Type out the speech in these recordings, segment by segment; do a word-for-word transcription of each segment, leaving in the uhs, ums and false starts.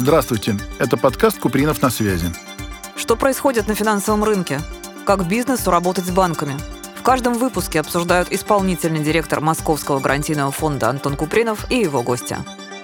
Здравствуйте, это подкаст «Купринов на связи». Что происходит на финансовом рынке? Как бизнесу работать с банками? В каждом выпуске обсуждают исполнительный директор Московского гарантийного фонда Антон Купринов и его гости.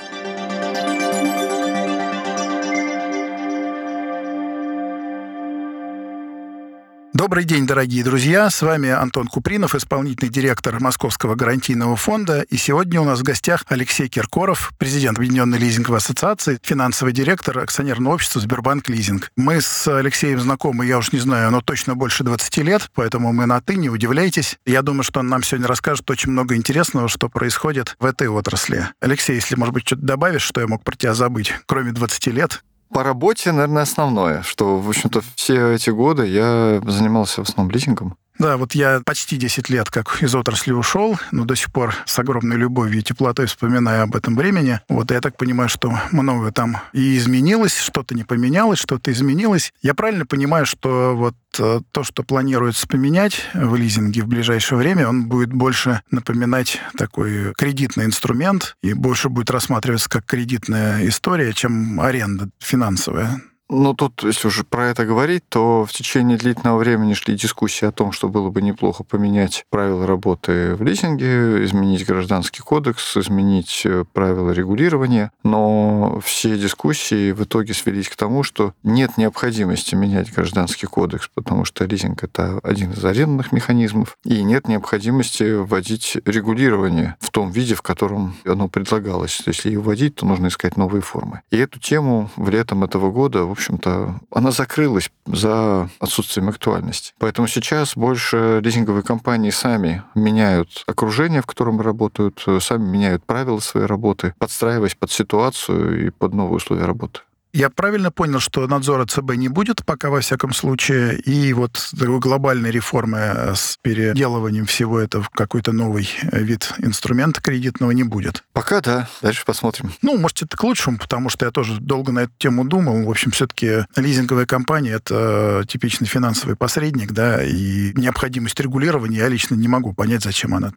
Добрый день, дорогие друзья. С вами Антон Купринов, исполнительный директор Московского гарантийного фонда. И сегодня у нас в гостях Алексей Киркоров, президент Объединенной лизинговой ассоциации, финансовый директор акционерного общества «Сбербанк Лизинг». Мы с Алексеем знакомы, я уж не знаю, но точно больше двадцати лет, поэтому мы на «ты», не удивляйтесь. Я думаю, что он нам сегодня расскажет очень много интересного, что происходит в этой отрасли. Алексей, если, может быть, что-то добавишь, что я мог про тебя забыть, кроме двадцати лет? По работе, наверное, основное, что, в общем-то, все эти годы я занимался в основном лизингом. Да, вот я почти десять лет как из отрасли ушел, но до сих пор с огромной любовью и теплотой вспоминаю об этом времени. Вот я так понимаю, что многое там и изменилось, что-то не поменялось, что-то изменилось. Я правильно понимаю, что вот то, что планируется поменять в лизинге в ближайшее время, он будет больше напоминать такой кредитный инструмент и больше будет рассматриваться как кредитная история, чем аренда финансовая? Ну, тут, если уже про это говорить, то в течение длительного времени шли дискуссии о том, что было бы неплохо поменять правила работы в лизинге, изменить гражданский кодекс, изменить правила регулирования. Но все дискуссии в итоге свелись к тому, что нет необходимости менять гражданский кодекс, потому что лизинг — это один из арендных механизмов, и нет необходимости вводить регулирование в том виде, в котором оно предлагалось. Если ее вводить, то нужно искать новые формы. И эту тему летом этого года, в общем-то, она закрылась за отсутствием актуальности. Поэтому сейчас больше лизинговые компании сами меняют окружение, в котором работают, сами меняют правила своей работы, подстраиваясь под ситуацию и под новые условия работы. Я правильно понял, что надзора ЦБ не будет пока, во всяком случае, и вот такой глобальной реформы с переделыванием всего этого в какой-то новый вид инструмента кредитного не будет? Пока да. Дальше посмотрим. Ну, может, это к лучшему, потому что я тоже долго на эту тему думал. В общем, все-таки лизинговая компания — это типичный финансовый посредник, да, и необходимость регулирования я лично не могу понять, зачем она.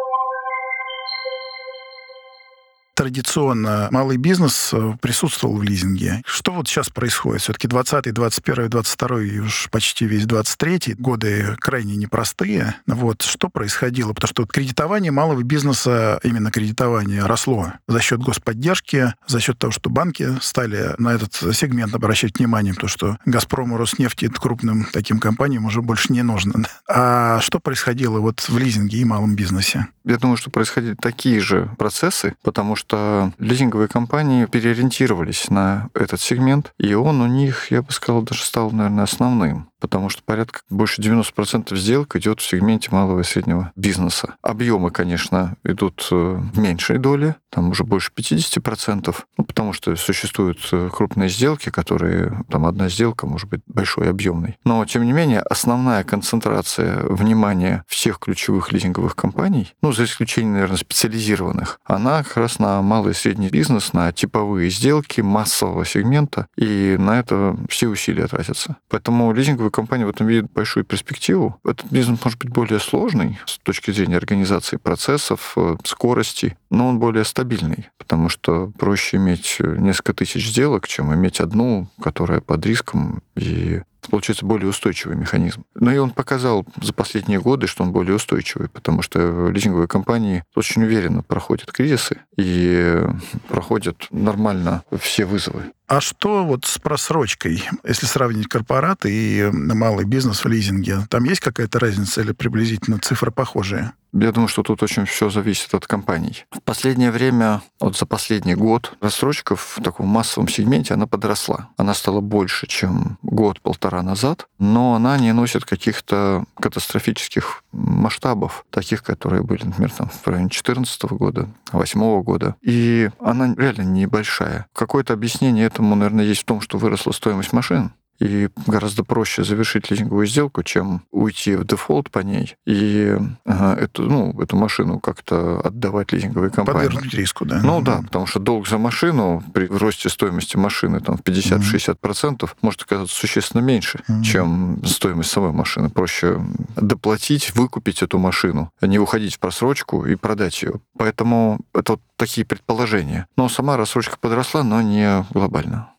Традиционно малый бизнес присутствовал в лизинге. Что вот сейчас происходит? Все-таки двадцатый, двадцать первый, двадцать второй и уж почти весь двадцать третий годы крайне непростые. Вот что происходило? Потому что вот кредитование малого бизнеса, именно кредитование, росло за счет господдержки, за счет того, что банки стали на этот сегмент обращать внимание, потому что «Газпрому», «Роснефти», крупным таким компаниям уже больше не нужно. А что происходило вот в лизинге и малом бизнесе? Я думаю, что происходили такие же процессы, потому что что лизинговые компании переориентировались на этот сегмент, и он у них, я бы сказал, даже стал, наверное, основным, потому что порядка больше девяносто процентов сделок идет в сегменте малого и среднего бизнеса. Объемы, конечно, идут в меньшей доле, там уже больше пятьдесят процентов, ну, потому что существуют крупные сделки, которые, там одна сделка может быть большой и объемной. Но, тем не менее, основная концентрация внимания всех ключевых лизинговых компаний, ну, за исключением, наверное, специализированных, она как раз на малый и средний бизнес, на типовые сделки массового сегмента, и на это все усилия тратятся. Поэтому лизинговые компании в этом видят большую перспективу. Этот бизнес может быть более сложный с точки зрения организации процессов, скорости, но он более стабильный, потому что проще иметь несколько тысяч сделок, чем иметь одну, которая под риском, и получается более устойчивый механизм. Но и он показал за последние годы, что он более устойчивый, потому что лизинговые компании очень уверенно проходят кризисы и проходят нормально все вызовы. А что вот с просрочкой, если сравнить корпораты и малый бизнес в лизинге? Там есть какая-то разница или приблизительно цифры похожие? Я думаю, что тут очень все зависит от компаний. В последнее время, вот за последний год, рассрочка в таком массовом сегменте, она подросла. Она стала больше, чем год-полтора назад, но она не носит каких-то катастрофических масштабов, таких, которые были, например, там, в районе две тысячи четырнадцатого года, две тысячи восьмого года. И она реально небольшая. Какое-то объяснение этому, наверное, есть в том, что выросла стоимость машин. И гораздо проще завершить лизинговую сделку, чем уйти в дефолт по ней и ага, эту, ну, эту машину как-то отдавать лизинговой компании. Подвергнуть риску, да. Ну да, потому что долг за машину при росте стоимости машины там, в пятьдесят-шестьдесят процентов может оказаться существенно меньше, mm-hmm. чем стоимость самой машины. Проще доплатить, выкупить эту машину, а не уходить в просрочку и продать ее. Поэтому это вот такие предположения. Но сама рассрочка подросла, но не глобально.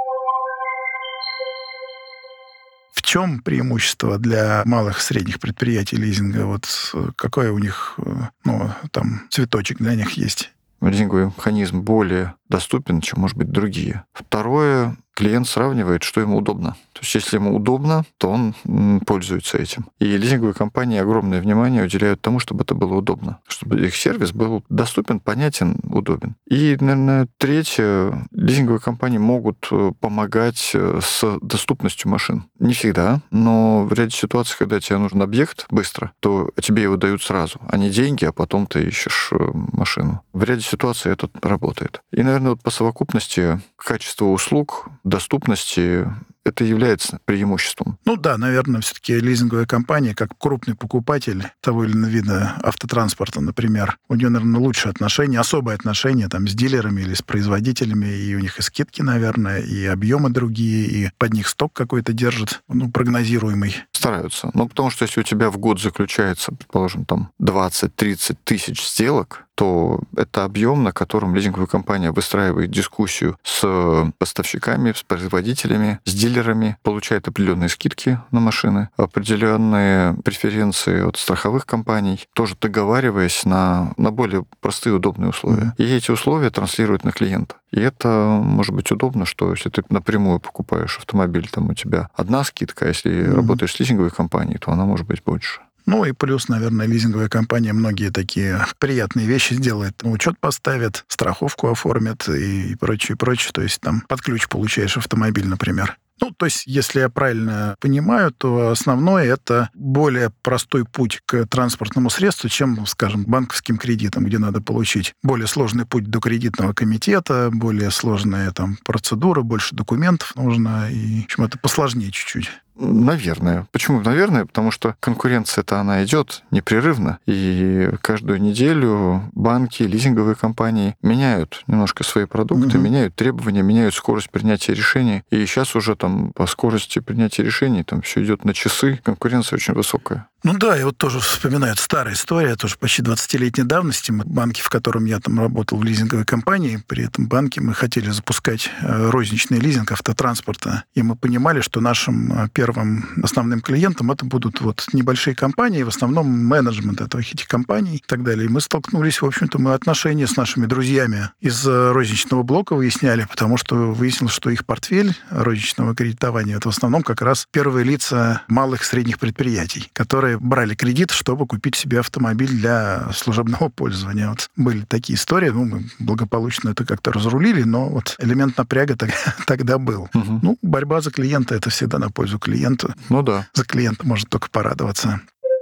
В чем преимущество для малых и средних предприятий лизинга? Вот какой у них, ну, там, цветочек для них есть? Лизинговый механизм более доступен, чем, может быть, другие. Второе, клиент сравнивает, что ему удобно. То есть, если ему удобно, то он пользуется этим. И лизинговые компании огромное внимание уделяют тому, чтобы это было удобно, чтобы их сервис был доступен, понятен, удобен. И, наверное, третье, лизинговые компании могут помогать с доступностью машин. Не всегда, но в ряде ситуаций, когда тебе нужен объект быстро, то тебе его дают сразу, а не деньги, а потом ты ищешь машину. В ряде ситуаций это работает. И, наверное, вот по совокупности качества услуг, доступности это является преимуществом. Ну да, наверное, все-таки лизинговая компания, как крупный покупатель того или иного вида автотранспорта, например, у нее, наверное, лучшие отношения, особые отношения там, с дилерами или с производителями, и у них и скидки, наверное, и объемы другие, и под них сток какой-то держит, ну, прогнозируемый. Стараются. Ну, потому что если у тебя в год заключается, предположим, там двадцать-тридцать тысяч сделок, то это объем, на котором лизинговая компания выстраивает дискуссию с поставщиками, с производителями, с дилерами, получает определенные скидки на машины, определенные преференции от страховых компаний, тоже договариваясь на, на более простые удобные условия. И эти условия транслируют на клиента. И это может быть удобно, что если ты напрямую покупаешь автомобиль, там у тебя одна скидка, а если mm-hmm. работаешь с лизинговой компанией, то она может быть больше. Ну и плюс, наверное, лизинговая компания многие такие приятные вещи сделает. Учет поставит, страховку оформит и прочее, прочее. То есть там под ключ получаешь автомобиль, например. Ну, то есть, если я правильно понимаю, то основное — это более простой путь к транспортному средству, чем, скажем, банковским кредитам, где надо получить более сложный путь до кредитного комитета, более сложная там процедура, больше документов нужно, и, в общем, это посложнее чуть-чуть. Наверное. Почему наверное? Потому что конкуренция-то она идет непрерывно, и каждую неделю банки, лизинговые компании меняют немножко свои продукты, угу. меняют требования, меняют скорость принятия решений. И сейчас уже там по скорости принятия решений там все идет на часы, конкуренция очень высокая. Ну да, я вот тоже вспоминаю, это старая история, тоже почти двадцатилетней давности. Мы, банки, в котором я там работал в лизинговой компании, при этом банке мы хотели запускать розничный лизинг автотранспорта, и мы понимали, что нашим первым основным клиентом это будут вот небольшие компании, в основном менеджмент этого, этих компаний и так далее. И мы столкнулись, в общем-то, мы отношения с нашими друзьями из розничного блока выясняли, потому что выяснилось, что их портфель розничного кредитования это в основном как раз первые лица малых и средних предприятий, которые брали кредит, чтобы купить себе автомобиль для служебного пользования. Вот были такие истории, ну, мы благополучно это как-то разрулили, но вот элемент напряга тогда, тогда был. Угу. Ну, борьба за клиента — это всегда на пользу клиенту. Ну да. За клиента можно только порадоваться.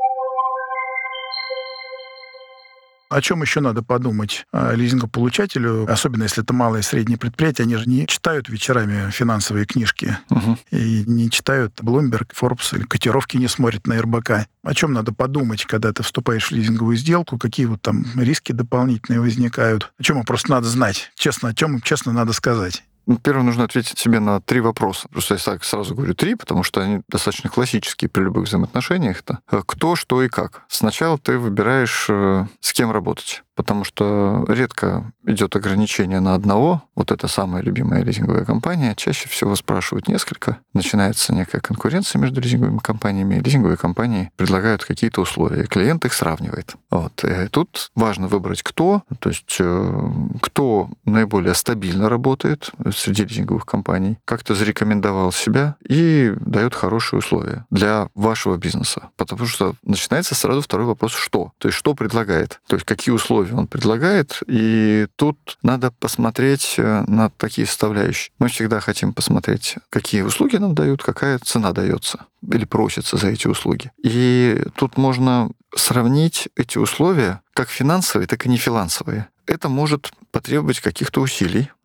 О чем еще надо подумать лизингополучателю, особенно если это малые и средние предприятия, они же не читают вечерами финансовые книжки угу. и не читают Bloomberg, Forbes или котировки не смотрят на эр бэ ка. О чем надо подумать, когда ты вступаешь в лизинговую сделку, какие вот там риски дополнительные возникают, о чем им просто надо знать, честно, о чем им честно надо сказать. Первое, нужно ответить себе на три вопроса. Просто я так сразу говорю три, потому что они достаточно классические при любых взаимоотношениях. Это кто, что и как. Сначала ты выбираешь, с кем работать, потому что редко идет ограничение на одного. Вот это самая любимая лизинговая компания. Чаще всего спрашивают несколько. Начинается некая конкуренция между лизинговыми компаниями. Лизинговые компании предлагают какие-то условия. Клиент их сравнивает. Вот. И тут важно выбрать кто. То есть кто наиболее стабильно работает среди лизинговых компаний, как-то зарекомендовал себя и дает хорошие условия для вашего бизнеса. Потому что начинается сразу второй вопрос «что?». То есть что предлагает? То есть какие условия он предлагает, и тут надо посмотреть на такие составляющие. Мы всегда хотим посмотреть, какие услуги нам дают, какая цена дается или просится за эти услуги. И тут можно сравнить эти условия как финансовые, так и нефинансовые. Это может потребовать каких-то усилий,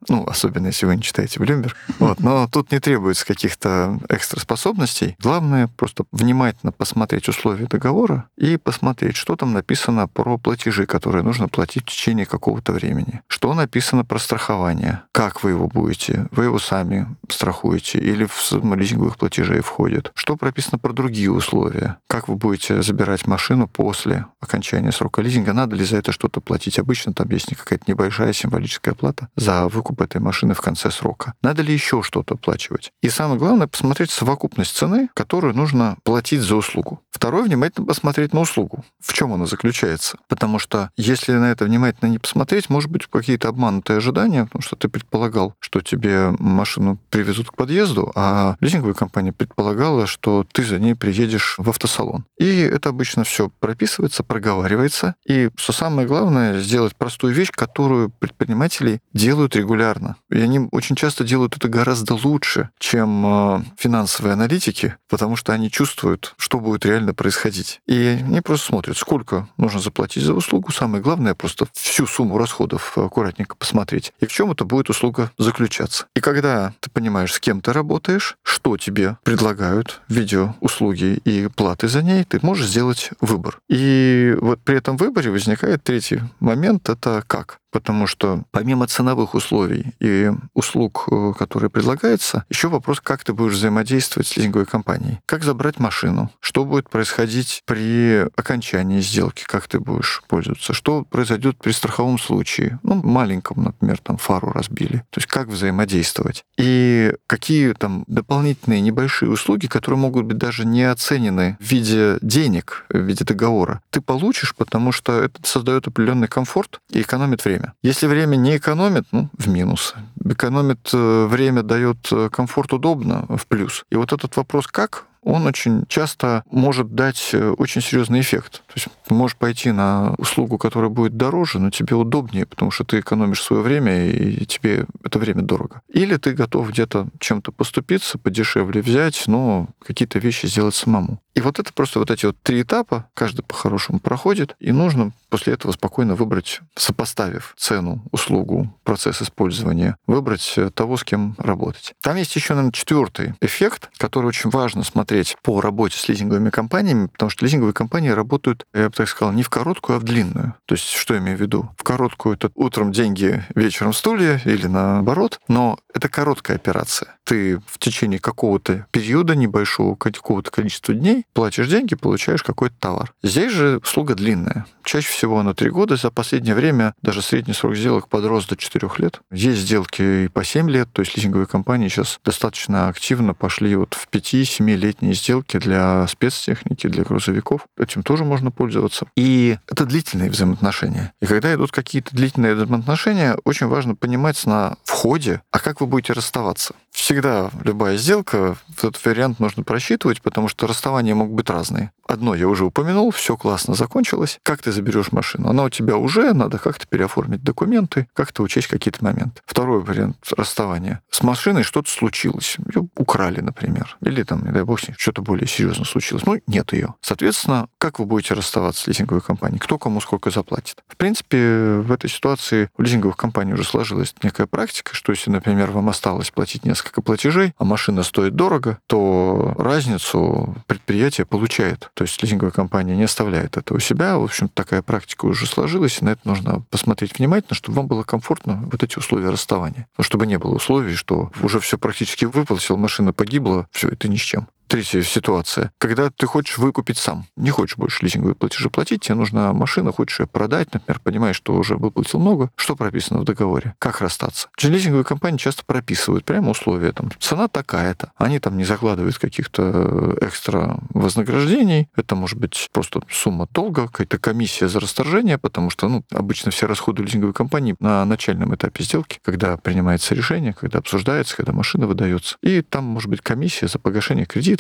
Ну, особенно, если вы не читаете Bloomberg. Вот. Но тут не требуется каких-то экстра способностей. Главное просто внимательно посмотреть условия договора и посмотреть, что там написано про платежи, которые нужно платить в течение какого-то времени. Что написано про страхование. Как вы его будете? Вы его сами страхуете или в сумму лизинговых платежей входит? Что прописано про другие условия? Как вы будете забирать машину после окончания срока лизинга? Надо ли за это что-то платить? Обычно там есть какая-то небольшая символическая плата за выкуп этой машины в конце срока. Надо ли еще что-то оплачивать? И самое главное, посмотреть совокупность цены, которую нужно платить за услугу. Второе, внимательно посмотреть на услугу. В чем она заключается? Потому что если на это внимательно не посмотреть, может быть, какие-то обманутые ожидания, потому что ты предполагал, что тебе машину привезут к подъезду, а лизинговая компания предполагала, что ты за ней приедешь в автосалон. И это обычно все прописывается, проговаривается. И, что самое главное, сделать простую вещь, которую предприниматели делают регулярно. И они очень часто делают это гораздо лучше, чем финансовые аналитики, потому что они чувствуют, что будет реально происходить. И они просто смотрят, сколько нужно заплатить за услугу. Самое главное, просто всю сумму расходов аккуратненько посмотреть. И в чем это будет услуга заключаться. И когда ты понимаешь, с кем ты работаешь, что тебе предлагают в виде услуги и платы за ней, ты можешь сделать выбор. И вот при этом выборе возникает третий момент — это как. Потому что помимо ценовых условий и услуг, которые предлагаются, еще вопрос, как ты будешь взаимодействовать с лизинговой компанией. Как забрать машину? Что будет происходить при окончании сделки? Как ты будешь пользоваться? Что произойдет при страховом случае? Ну, маленьком, например, там фару разбили. То есть как взаимодействовать? И какие там дополнительные небольшие услуги, которые могут быть даже не оценены в виде денег, в виде договора, ты получишь, потому что это создает определенный комфорт и экономит время. Если время не экономит, ну, в минус. Экономит время, дает комфорт, удобно, в плюс. И вот этот вопрос «как?», он очень часто может дать очень серьезный эффект. То есть ты можешь пойти на услугу, которая будет дороже, но тебе удобнее, потому что ты экономишь свое время, и тебе это время дорого. Или ты готов где-то чем-то поступиться, подешевле взять, но какие-то вещи сделать самому. И вот это просто вот эти вот три этапа, каждый по-хорошему проходит, и нужно после этого спокойно выбрать, сопоставив цену, услугу, процесс использования, выбрать того, с кем работать. Там есть еще, наверное, четвертый эффект, который очень важно смотреть по работе с лизинговыми компаниями, потому что лизинговые компании работают, я бы так сказал, не в короткую, а в длинную. То есть, что я имею в виду? В короткую — это утром деньги, вечером стулья, или наоборот, но это короткая операция. Ты в течение какого-то периода небольшого, какого-то количества дней платишь деньги, получаешь какой-то товар. Здесь же услуга длинная. Чаще всего на три года. За последнее время даже средний срок сделок подрос до четырёх лет. Есть сделки и по семь лет, то есть лизинговые компании сейчас достаточно активно пошли вот в пяти-семилетние сделки для спецтехники, для грузовиков. Этим тоже можно пользоваться. И это длительные взаимоотношения. И когда идут какие-то длительные взаимоотношения, очень важно понимать на входе, а как вы будете расставаться. Всегда любая сделка, этот вариант нужно просчитывать, потому что расставания могут быть разные. Одно я уже упомянул, все классно закончилось. Как ты заберешь машину? Она у тебя уже, надо как-то переоформить документы, как-то учесть какие-то моменты. Второй вариант расставания. С машиной что-то случилось. Ее украли, например. Или там, не дай бог, что-то более серьезно случилось. Ну, нет ее. Соответственно, как вы будете расставаться с лизинговой компанией? Кто кому сколько заплатит? В принципе, в этой ситуации у лизинговых компаний уже сложилась некая практика, что если, например, вам осталось платить несколько платежей, а машина стоит дорого, то разницу предприятие получает. То есть лизинговая компания не оставляет это у себя. В общем, такая практика уже сложилась, и на это нужно посмотреть внимательно, чтобы вам было комфортно вот эти условия расставания. Но чтобы не было условий, что уже все практически выплатил, машина погибла, все, и ты ни с чем. Третья ситуация. Когда ты хочешь выкупить сам, не хочешь больше лизинговые платежи платить, тебе нужна машина, хочешь ее продать, например, понимаешь, что уже выплатил много, что прописано в договоре, как расстаться. Лизинговые компании часто прописывают прямо условия, там, цена такая-то, они там не закладывают каких-то экстра вознаграждений, это может быть просто сумма долга, какая-то комиссия за расторжение, потому что, ну, обычно все расходы лизинговой компании на начальном этапе сделки, когда принимается решение, когда обсуждается, когда машина выдается, и там может быть комиссия за погашение кредита,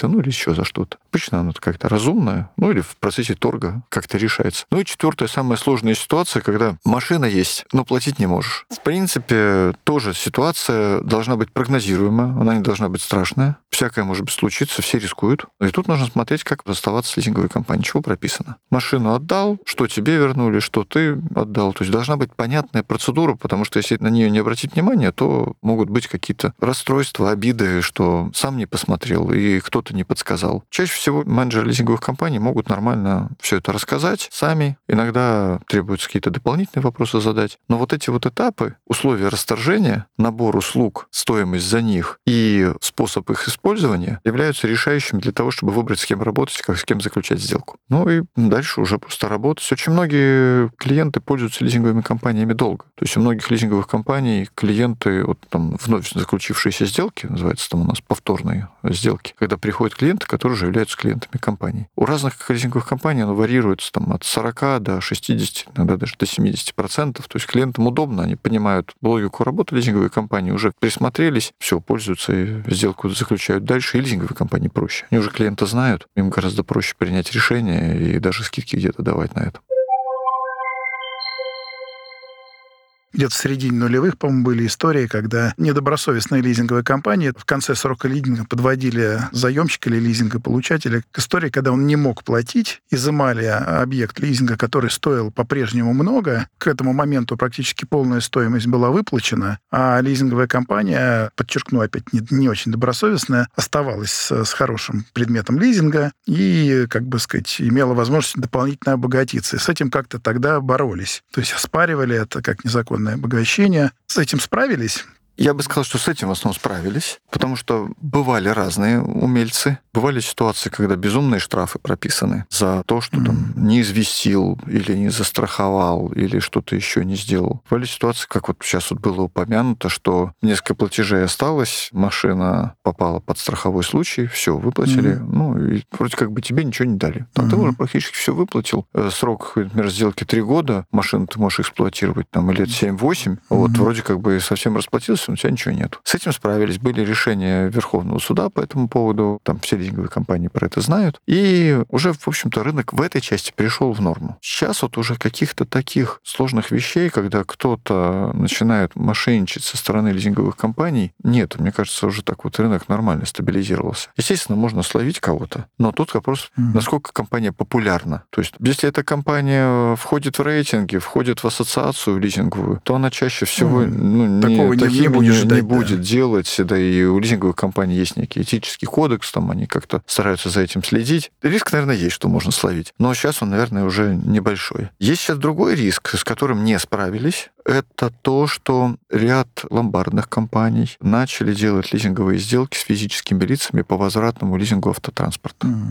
какие-то, ну или еще за что-то. Обычно оно как-то разумное, ну или в процессе торга как-то решается. Ну и четвертая, самая сложная ситуация, когда машина есть, но платить не можешь. В принципе, тоже ситуация должна быть прогнозируемая, она не должна быть страшная. Всякое может случиться, все рискуют. И тут нужно смотреть, как расставаться с лизинговой компанией. Чего прописано? Машину отдал, что тебе вернули, что ты отдал. То есть должна быть понятная процедура, потому что если на нее не обратить внимания, то могут быть какие-то расстройства, обиды, что сам не посмотрел и кто-то не подсказал. Чаще всего менеджеры лизинговых компаний могут нормально все это рассказать сами. Иногда требуются какие-то дополнительные вопросы задать. Но вот эти вот этапы, условия расторжения, набор услуг, стоимость за них и способ их использования являются решающими для того, чтобы выбрать, с кем работать, как с кем заключать сделку. Ну и дальше уже просто работать. Очень многие клиенты пользуются лизинговыми компаниями долго. То есть у многих лизинговых компаний клиенты, вот там вновь заключившиеся сделки, называется там у нас повторные сделки, когда приходят клиенты, которые уже являются клиентами компании. У разных лизинговых компаний оно варьируется там от сорока до шестидесяти, иногда даже до семидесяти процентов. То есть клиентам удобно, они понимают логику работы лизинговой компании, уже присмотрелись, все, пользуются и сделку заключают дальше, и лизинговые компании проще. Они уже клиента знают, им гораздо проще принять решение и даже скидки где-то давать на это. Где-то в середине нулевых, по-моему, были истории, когда недобросовестные лизинговые компании в конце срока лизинга подводили заемщика или лизингополучателя к истории, когда он не мог платить, изымали объект лизинга, который стоил по-прежнему много. К этому моменту практически полная стоимость была выплачена, а лизинговая компания, подчеркну опять, не, не очень добросовестная, оставалась с, с хорошим предметом лизинга и, как бы сказать, имела возможность дополнительно обогатиться. И с этим как-то тогда боролись. То есть оспаривали это как незаконное обогащение. С этим справились? Я бы сказал, что с этим в основном справились, потому что бывали разные умельцы. Бывали ситуации, когда безумные штрафы прописаны за то, что mm-hmm. там не известил или не застраховал, или что-то еще не сделал. Бывали ситуации, как вот сейчас вот было упомянуто, что несколько платежей осталось, машина попала под страховой случай, все, выплатили, mm-hmm. ну, и вроде как бы тебе ничего не дали. А mm-hmm. ты уже практически все выплатил. Срок, например, сделки три года, машину ты можешь эксплуатировать там и лет семь-восемь, mm-hmm. вот, вроде как бы совсем расплатился, у тебя ничего нет. С этим справились. Были решения Верховного суда по этому поводу. Там все лизинговые компании про это знают. И уже, в общем-то, рынок в этой части пришел в норму. Сейчас вот уже каких-то таких сложных вещей, когда кто-то начинает мошенничать со стороны лизинговых компаний, нет. Мне кажется, уже так вот рынок нормально стабилизировался. Естественно, можно словить кого-то. Но тут вопрос, mm-hmm. насколько компания популярна. То есть, если эта компания входит в рейтинги, входит в ассоциацию лизинговую, то она чаще всего mm-hmm. ну, не, такого не, не будет. Не, ждать, не будет да. делать, да и у лизинговых компаний есть некий этический кодекс, там они как-то стараются за этим следить. Риск, наверное, есть, что можно словить, но сейчас он, наверное, уже небольшой. Есть сейчас другой риск, с которым не справились. Это то, что ряд ломбардных компаний начали делать лизинговые сделки с физическими лицами по возвратному лизингу автотранспорта. Mm.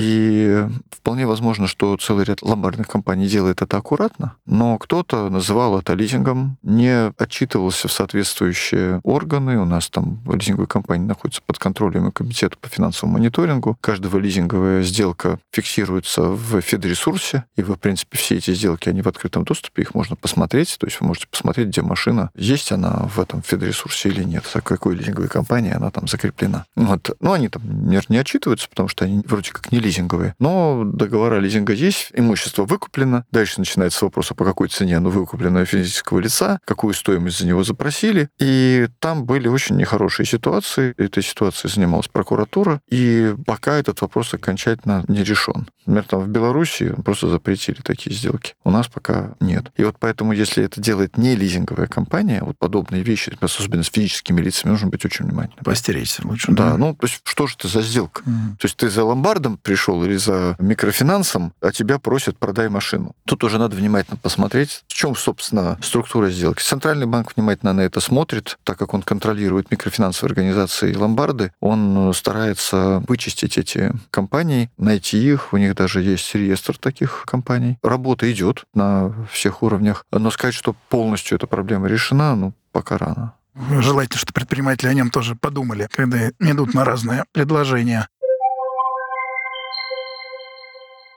И вполне возможно, что целый ряд ломбардных компаний делает это аккуратно, но кто-то называл это лизингом, не отчитывался в соответствующие органы. У нас там лизинговые компании находятся под контролем и комитета по финансовому мониторингу. Каждая лизинговая сделка фиксируется в фидресурсе, и, в принципе, все эти сделки, они в открытом доступе, их можно посмотреть, то есть вы можете посмотреть, где машина, есть она в этом фидресурсе или нет, за какой лизинговой компанией она там закреплена. Вот. Ну, они там не отчитываются, потому что они вроде как не лизинговые, но договора лизинга есть, имущество выкуплено, дальше начинается вопрос, а по какой цене оно выкуплено у физического лица, какую стоимость за него запросили, и там были очень нехорошие ситуации, этой ситуацией занималась прокуратура, и пока этот вопрос окончательно не решен. Например, там в Беларуси просто запретили такие сделки, у нас пока нет. И вот поэтому, если это делает не лизинговая компания, вот подобные вещи, особенно с физическими лицами, нужно быть очень внимательным. Постеречься лучше. Да, да, ну, то есть, что же это за сделка? Mm. То есть, ты за ломбардом пришел или за микрофинансом, а тебя просят продай машину. Тут уже надо внимательно посмотреть, в чем, собственно, структура сделки. Центральный банк внимательно на это смотрит, так как он контролирует микрофинансовые организации и ломбарды, он старается вычистить эти компании, найти их, у них даже есть реестр таких компаний. Работа идет на всех уровнях, но сказать, что полностью эта проблема решена, ну, пока рано. Желательно, что предприниматели о нем тоже подумали, когда идут на разные предложения.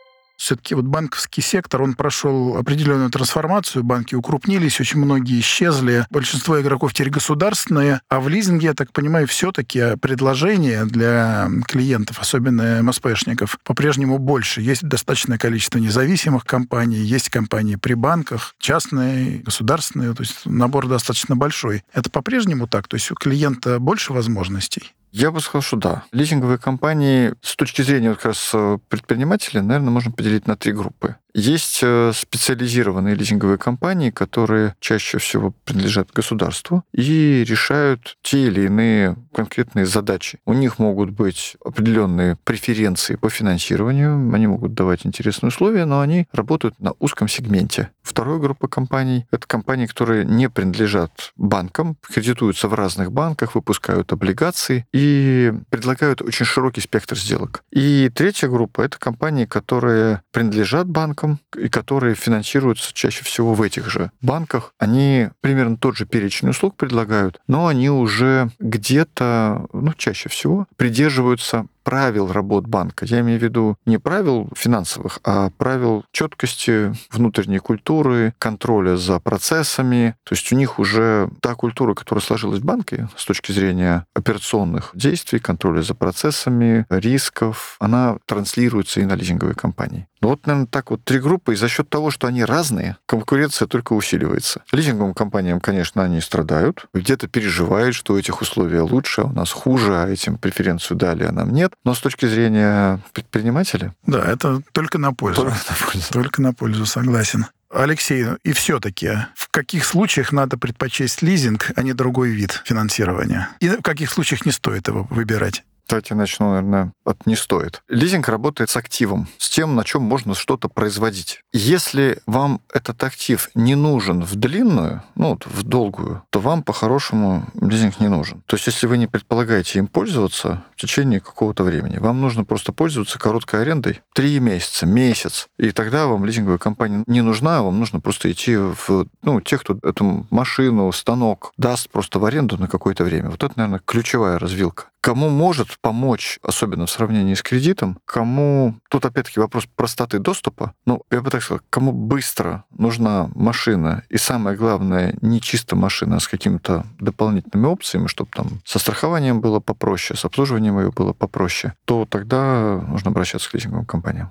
Все-таки вот банковский сектор, он прошел определенную трансформацию, банки укрупнились, очень многие исчезли, большинство игроков теперь государственные, а в лизинге, я так понимаю, все-таки предложения для клиентов, особенно эм эс пэ-шников, по-прежнему больше. Есть достаточное количество независимых компаний, есть компании при банках, частные, государственные, то есть набор достаточно большой. Это по-прежнему так? То есть у клиента больше возможностей? Я бы сказал, что да. Лизинговые компании с точки зрения вот как раз предпринимателей, наверное, можно поделить на три группы. Есть специализированные лизинговые компании, которые чаще всего принадлежат государству и решают те или иные конкретные задачи. У них могут быть определенные преференции по финансированию, они могут давать интересные условия, но они работают на узком сегменте. Вторая группа компаний — это компании, которые не принадлежат банкам, кредитуются в разных банках, выпускают облигации и предлагают очень широкий спектр сделок. И третья группа — это компании, которые принадлежат банкам, и которые финансируются чаще всего в этих же банках. Они примерно тот же перечень услуг предлагают, но они уже где-то, ну, чаще всего, придерживаются правил работ банка. Я имею в виду не правил финансовых, а правил четкости, внутренней культуры, контроля за процессами. То есть у них уже та культура, которая сложилась в банке с точки зрения операционных действий, контроля за процессами, рисков, она транслируется и на лизинговые компании. Ну вот, наверное, так вот три группы, и за счет того, что они разные, конкуренция только усиливается. Лизинговым компаниям, конечно, они страдают, где-то переживают, что у этих условия лучше, а у нас хуже, а этим преференцию дали, а нам нет. Но с точки зрения предпринимателя... Да, это только на пользу. Только на пользу. Только на пользу, согласен. Алексей, и все-таки в каких случаях надо предпочесть лизинг, а не другой вид финансирования? И в каких случаях не стоит его выбирать? Давайте начну, наверное, от «не стоит». Лизинг работает с активом, с тем, на чем можно что-то производить. Если вам этот актив не нужен в длинную, ну, вот в долгую, то вам по-хорошему лизинг не нужен. То есть, если вы не предполагаете им пользоваться в течение какого-то времени, вам нужно просто пользоваться короткой арендой три месяца, месяц, и тогда вам лизинговая компания не нужна, вам нужно просто идти в, ну, тех, кто эту машину, станок даст просто в аренду на какое-то время. Вот это, наверное, ключевая развилка. Кому может помочь, особенно в сравнении с кредитом, кому... Тут, опять-таки, вопрос простоты доступа. Ну, я бы так сказал, кому быстро нужна машина, и самое главное, не чисто машина, а с какими-то дополнительными опциями, чтобы там со страхованием было попроще, с обслуживанием ее было попроще, то тогда нужно обращаться к лизинговым компаниям.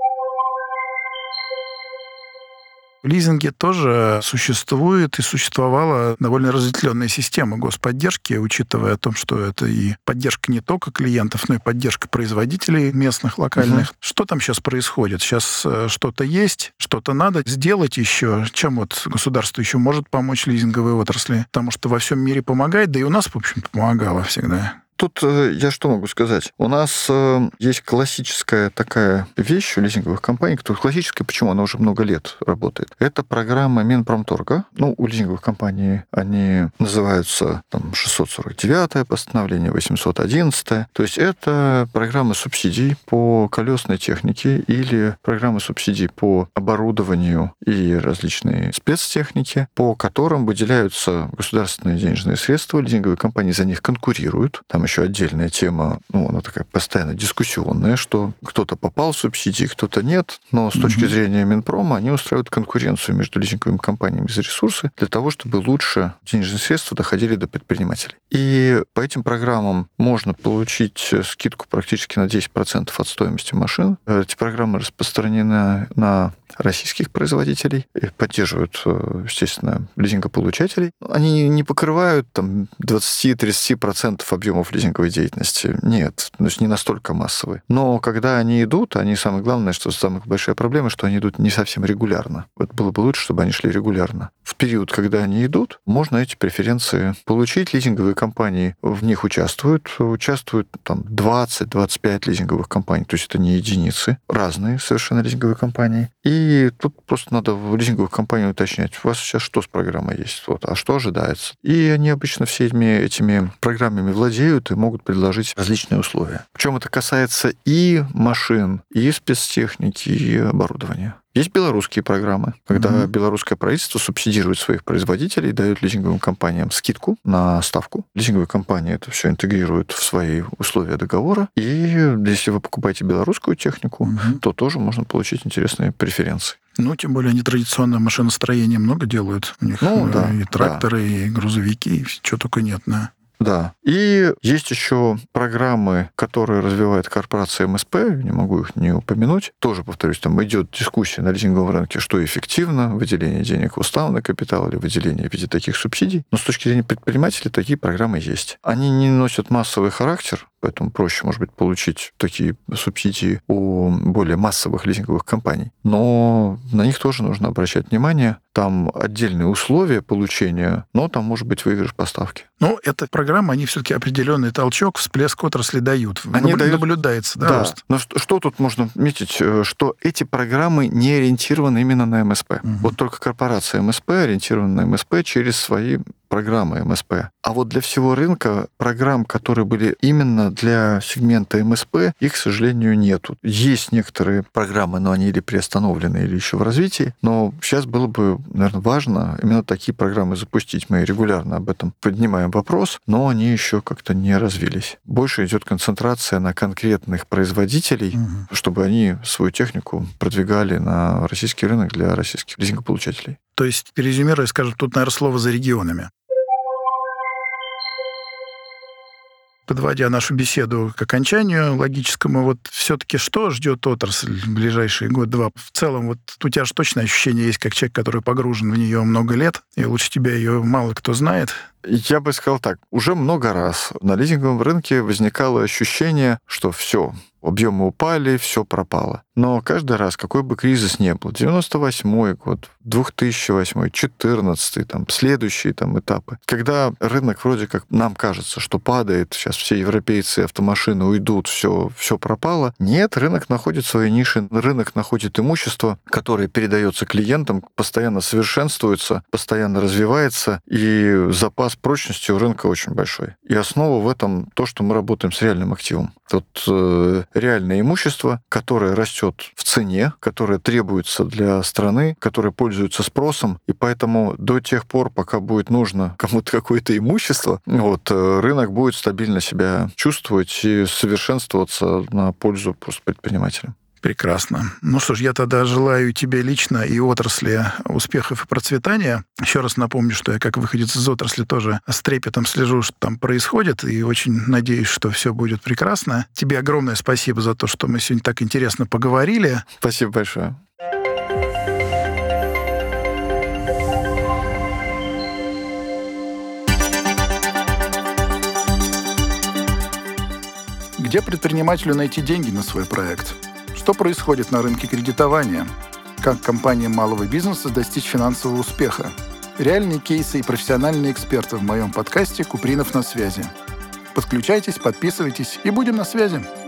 В лизинге тоже существует и существовала довольно разветвленная система господдержки, учитывая о том, что это и поддержка не только клиентов, но и поддержка производителей местных, локальных. Угу. Что там сейчас происходит? Сейчас что-то есть, что-то надо сделать еще. Чем вот государство еще может помочь лизинговой отрасли? Потому что во всем мире помогает, да и у нас, в общем-то, помогало всегда. Тут я что могу сказать? У нас есть классическая такая вещь у лизинговых компаний, которая классическая, почему она уже много лет работает. Это программа Минпромторга. Ну, у лизинговых компаний они называются там, шестьсот сорок девятое постановление, восемьсот одиннадцатое. То есть это программы субсидий по колесной технике или программы субсидий по оборудованию и различные спецтехники, по которым выделяются государственные денежные средства. Лизинговые компании за них конкурируют. Там еще отдельная тема, ну, она такая постоянно дискуссионная, что кто-то попал в субсидии, кто-то нет, но с точки зрения Минпрома они устраивают конкуренцию между лизинговыми компаниями за ресурсы для того, чтобы лучше денежные средства доходили до предпринимателей. И по этим программам можно получить скидку практически на десять процентов от стоимости машин. Эти программы распространены на российских производителей и поддерживают, естественно, лизингополучателей. Они не покрывают там двадцать-тридцать процентов объемов лизинговой деятельности. Нет, то есть не настолько массовые. Но когда они идут, они, самое главное, что самая большая проблема, что они идут не совсем регулярно. Вот было бы лучше, чтобы они шли регулярно. В период, когда они идут, можно эти преференции получить. Лизинговые компании в них участвуют. Участвуют там двадцать-двадцать пять лизинговых компаний. То есть это не единицы. Разные совершенно лизинговые компании. И тут просто надо в лизинговых компаниях уточнять, у вас сейчас что с программой есть, вот, а что ожидается. И они обычно всеми этими программами владеют и могут предложить различные условия. Причем это касается и машин, и спецтехники, и оборудования. Есть белорусские программы, когда Mm-hmm. белорусское правительство субсидирует своих производителей, дает лизинговым компаниям скидку на ставку. Лизинговые компании это все интегрируют в свои условия договора. И если вы покупаете белорусскую технику, mm-hmm. то тоже можно получить интересные преференции. Ну, тем более они традиционное машиностроение много делают. У них ну, да, и тракторы, да. и грузовики, и чего только нет, да. Да. И есть еще программы, которые развивает корпорация эм эс пэ, не могу их не упомянуть. Тоже, повторюсь, там идет дискуссия на лизинговом рынке, что эффективно, выделение денег в уставный капитал или выделение в виде таких субсидий. Но с точки зрения предпринимателей такие программы есть. Они не носят массовый характер, поэтому проще, может быть, получить такие субсидии у более массовых лизинговых компаний. Но на них тоже нужно обращать внимание. Там отдельные условия получения, но там может быть выигрыш поставки. Ну, эта программа, они все-таки определенный толчок, всплеск отрасли дают. Они Наб... дают... Наблюдается, да, да. рост? Но что, что тут можно отметить? Что эти программы не ориентированы именно на эм эс пэ. Угу. Вот только корпорация эм эс пэ ориентирована на эм эс пэ через свои программы эм эс пэ. А вот для всего рынка программ, которые были именно для сегмента эм эс пэ, их, к сожалению, нету. Есть некоторые программы, но они или приостановлены, или еще в развитии. Но сейчас было бы, наверное, важно именно такие программы запустить. Мы регулярно об этом поднимаем вопрос, но они еще как-то не развились. Больше идет концентрация на конкретных производителей, угу. чтобы они свою технику продвигали на российский рынок для российских лизингополучателей. То есть, резюмируя, скажем, тут, наверное, слово за регионами. Подводя нашу беседу к окончанию логическому, вот все-таки что ждет отрасль в ближайший год-два? В целом, вот у тебя же точно ощущение есть, как человек, который погружен в нее много лет, и лучше тебя ее мало кто знает. Я бы сказал так. Уже много раз на лизинговом рынке возникало ощущение, что все, объемы упали, все пропало. Но каждый раз, какой бы кризис ни был, девяносто восьмой год, две тысячи восьмой, четырнадцатый, там, следующие там, этапы, когда рынок вроде как, нам кажется, что падает, сейчас все европейцы, автомашины уйдут, все, все пропало. Нет, рынок находит свои ниши, рынок находит имущество, которое передается клиентам, постоянно совершенствуется, постоянно развивается, и запас прочности у рынка очень большой. И основа в этом то, что мы работаем с реальным активом. Тут э, реальное имущество, которое растет в цене, которое требуется для страны, которое пользуется спросом, и поэтому до тех пор, пока будет нужно кому-то какое-то имущество, вот, рынок будет стабильно себя чувствовать и совершенствоваться на пользу просто предпринимателям. Прекрасно. Ну что ж, я тогда желаю тебе лично и отрасли успехов и процветания. Еще раз напомню, что я, как выходец из отрасли, тоже с трепетом слежу, что там происходит, и очень надеюсь, что все будет прекрасно. Тебе огромное спасибо за то, что мы сегодня так интересно поговорили. Спасибо большое. Где предпринимателю найти деньги на свой проект? Что происходит на рынке кредитования? Как компаниям малого бизнеса достичь финансового успеха? Реальные кейсы и профессиональные эксперты в моем подкасте «Купринов на связи». Подключайтесь, подписывайтесь и будем на связи.